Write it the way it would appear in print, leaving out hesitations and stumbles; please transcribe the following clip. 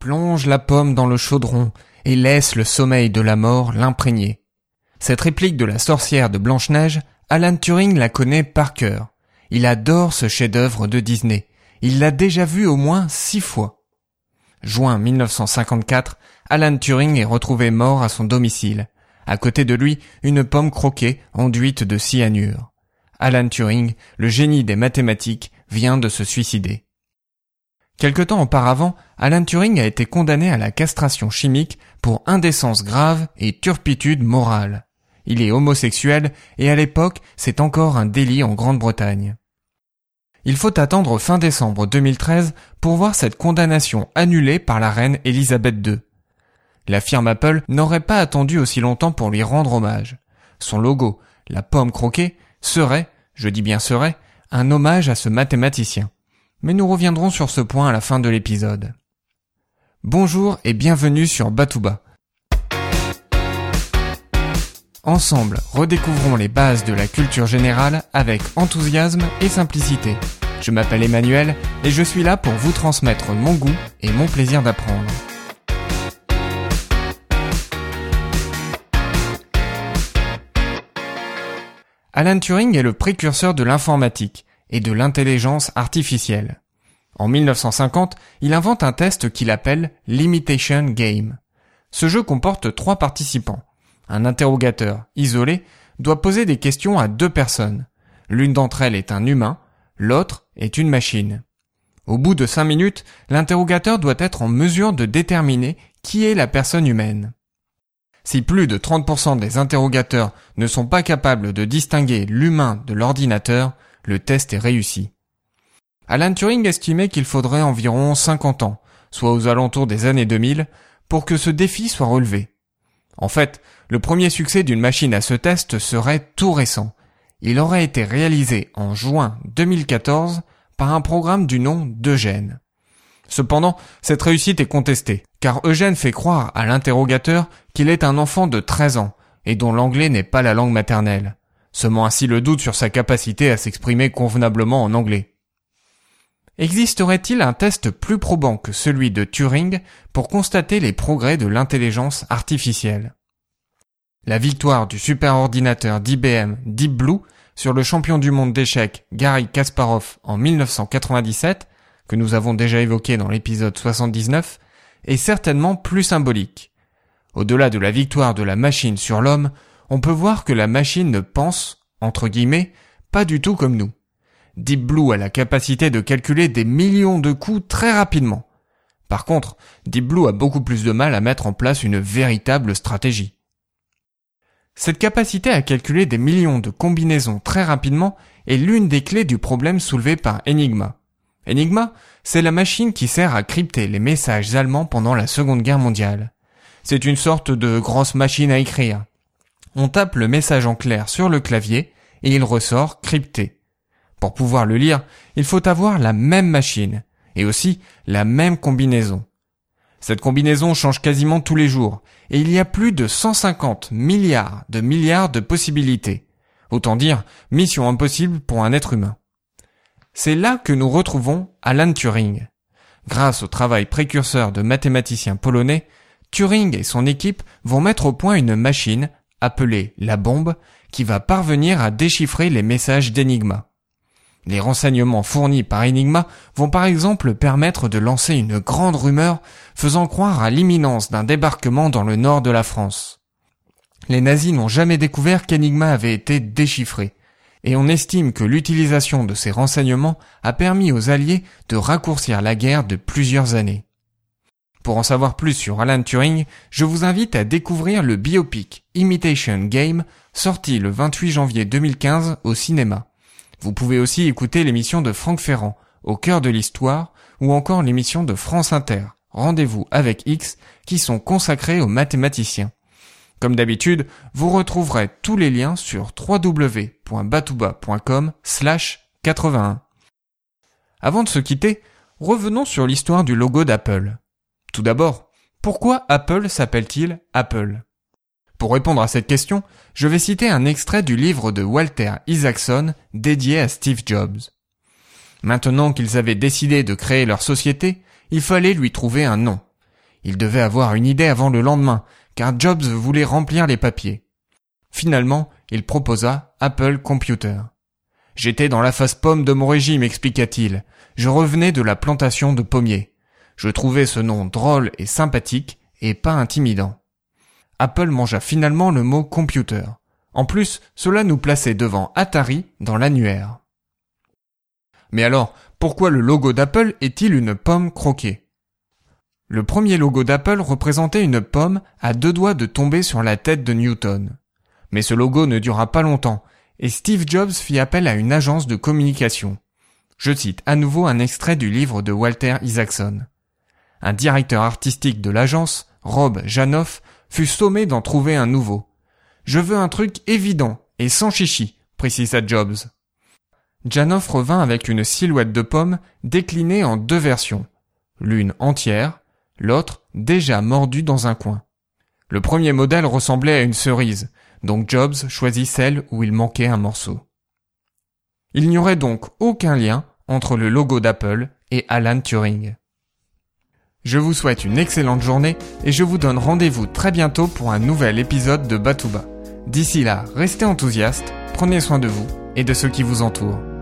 plonge la pomme dans le chaudron et laisse le sommeil de la mort l'imprégner. Cette réplique de la sorcière de Blanche-Neige, Alan Turing la connaît par cœur. Il adore ce chef-d'œuvre de Disney. Il l'a déjà vu au moins 6 fois. Juin 1954, Alan Turing est retrouvé mort à son domicile. À côté de lui, une pomme croquée enduite de cyanure. Alan Turing, le génie des mathématiques, vient de se suicider. Quelque temps auparavant, Alan Turing a été condamné à la castration chimique pour indécence grave et turpitude morale. Il est homosexuel et à l'époque, c'est encore un délit en Grande-Bretagne. Il faut attendre fin décembre 2013 pour voir cette condamnation annulée par la reine Elisabeth II. La firme Apple n'aurait pas attendu aussi longtemps pour lui rendre hommage. Son logo, la pomme croquée, serait, je dis bien serait, un hommage à ce mathématicien. Mais nous reviendrons sur ce point à la fin de l'épisode. Bonjour et bienvenue sur Batouba. Ensemble, redécouvrons les bases de la culture générale avec enthousiasme et simplicité. Je m'appelle Emmanuel et je suis là pour vous transmettre mon goût et mon plaisir d'apprendre. Alan Turing est le précurseur de l'informatique et de l'intelligence artificielle. En 1950, il invente un test qu'il appelle l'Imitation Game. Ce jeu comporte 3 participants. Un interrogateur isolé doit poser des questions à 2 personnes. L'une d'entre elles est un humain, l'autre est une machine. Au bout de 5 minutes, l'interrogateur doit être en mesure de déterminer qui est la personne humaine. Si plus de 30% des interrogateurs ne sont pas capables de distinguer l'humain de l'ordinateur, le test est réussi. Alan Turing estimait qu'il faudrait environ 50 ans, soit aux alentours des années 2000, pour que ce défi soit relevé. En fait, le premier succès d'une machine à ce test serait tout récent. Il aurait été réalisé en juin 2014 par un programme du nom d'Eugène. Cependant, cette réussite est contestée, car Eugène fait croire à l'interrogateur qu'il est un enfant de 13 ans et dont l'anglais n'est pas la langue maternelle, semant ainsi le doute sur sa capacité à s'exprimer convenablement en anglais. Existerait-il un test plus probant que celui de Turing pour constater les progrès de l'intelligence artificielle ? La victoire du superordinateur d'IBM Deep Blue sur le champion du monde d'échecs Garry Kasparov en 1997, que nous avons déjà évoqué dans l'épisode 79, est certainement plus symbolique. Au-delà de la victoire de la machine sur l'homme, on peut voir que la machine ne pense, entre guillemets, pas du tout comme nous. Deep Blue a la capacité de calculer des millions de coups très rapidement. Par contre, Deep Blue a beaucoup plus de mal à mettre en place une véritable stratégie. Cette capacité à calculer des millions de combinaisons très rapidement est l'une des clés du problème soulevé par Enigma. Enigma, c'est la machine qui sert à crypter les messages allemands pendant la Seconde Guerre mondiale. C'est une sorte de grosse machine à écrire. On tape le message en clair sur le clavier et il ressort crypté. Pour pouvoir le lire, il faut avoir la même machine et aussi la même combinaison. Cette combinaison change quasiment tous les jours et il y a plus de 150 milliards de possibilités. Autant dire, mission impossible pour un être humain. C'est là que nous retrouvons Alan Turing. Grâce au travail précurseur de mathématiciens polonais, Turing et son équipe vont mettre au point une machine, appelée la bombe, qui va parvenir à déchiffrer les messages d'Enigma. Les renseignements fournis par Enigma vont par exemple permettre de lancer une grande rumeur faisant croire à l'imminence d'un débarquement dans le nord de la France. Les nazis n'ont jamais découvert qu'Enigma avait été déchiffré, et on estime que l'utilisation de ces renseignements a permis aux Alliés de raccourcir la guerre de plusieurs années. Pour en savoir plus sur Alan Turing, je vous invite à découvrir le biopic Imitation Game, sorti le 28 janvier 2015 au cinéma. Vous pouvez aussi écouter l'émission de Franck Ferrand, Au cœur de l'histoire, ou encore l'émission de France Inter, Rendez-vous avec X, qui sont consacrés aux mathématiciens. Comme d'habitude, vous retrouverez tous les liens sur www.batouba.com/81. Avant de se quitter, revenons sur l'histoire du logo d'Apple. Tout d'abord, pourquoi Apple s'appelle-t-il Apple ? Pour répondre à cette question, je vais citer un extrait du livre de Walter Isaacson dédié à Steve Jobs. Maintenant qu'ils avaient décidé de créer leur société, il fallait lui trouver un nom. Il devait avoir une idée avant le lendemain, car Jobs voulait remplir les papiers. Finalement, il proposa Apple Computer. J'étais dans la phase pomme de mon régime, expliqua-t-il. Je revenais de la plantation de pommiers. Je trouvais ce nom drôle et sympathique et pas intimidant. Apple mangea finalement le mot computer. En plus, cela nous plaçait devant Atari dans l'annuaire. Mais alors, pourquoi le logo d'Apple est-il une pomme croquée ? Le premier logo d'Apple représentait une pomme à 2 doigts de tomber sur la tête de Newton. Mais ce logo ne dura pas longtemps, et Steve Jobs fit appel à une agence de communication. Je cite à nouveau un extrait du livre de Walter Isaacson. Un directeur artistique de l'agence, Rob Janoff, fut sommé d'en trouver un nouveau. « Je veux un truc évident et sans chichi », précisa Jobs. Janoff revint avec une silhouette de pomme déclinée en 2 versions, l'une entière, l'autre déjà mordue dans un coin. Le premier modèle ressemblait à une cerise, donc Jobs choisit celle où il manquait un morceau. Il n'y aurait donc aucun lien entre le logo d'Apple et Alan Turing. Je vous souhaite une excellente journée et je vous donne rendez-vous très bientôt pour un nouvel épisode de Bas to Bas. D'ici là, restez enthousiastes, prenez soin de vous et de ceux qui vous entourent.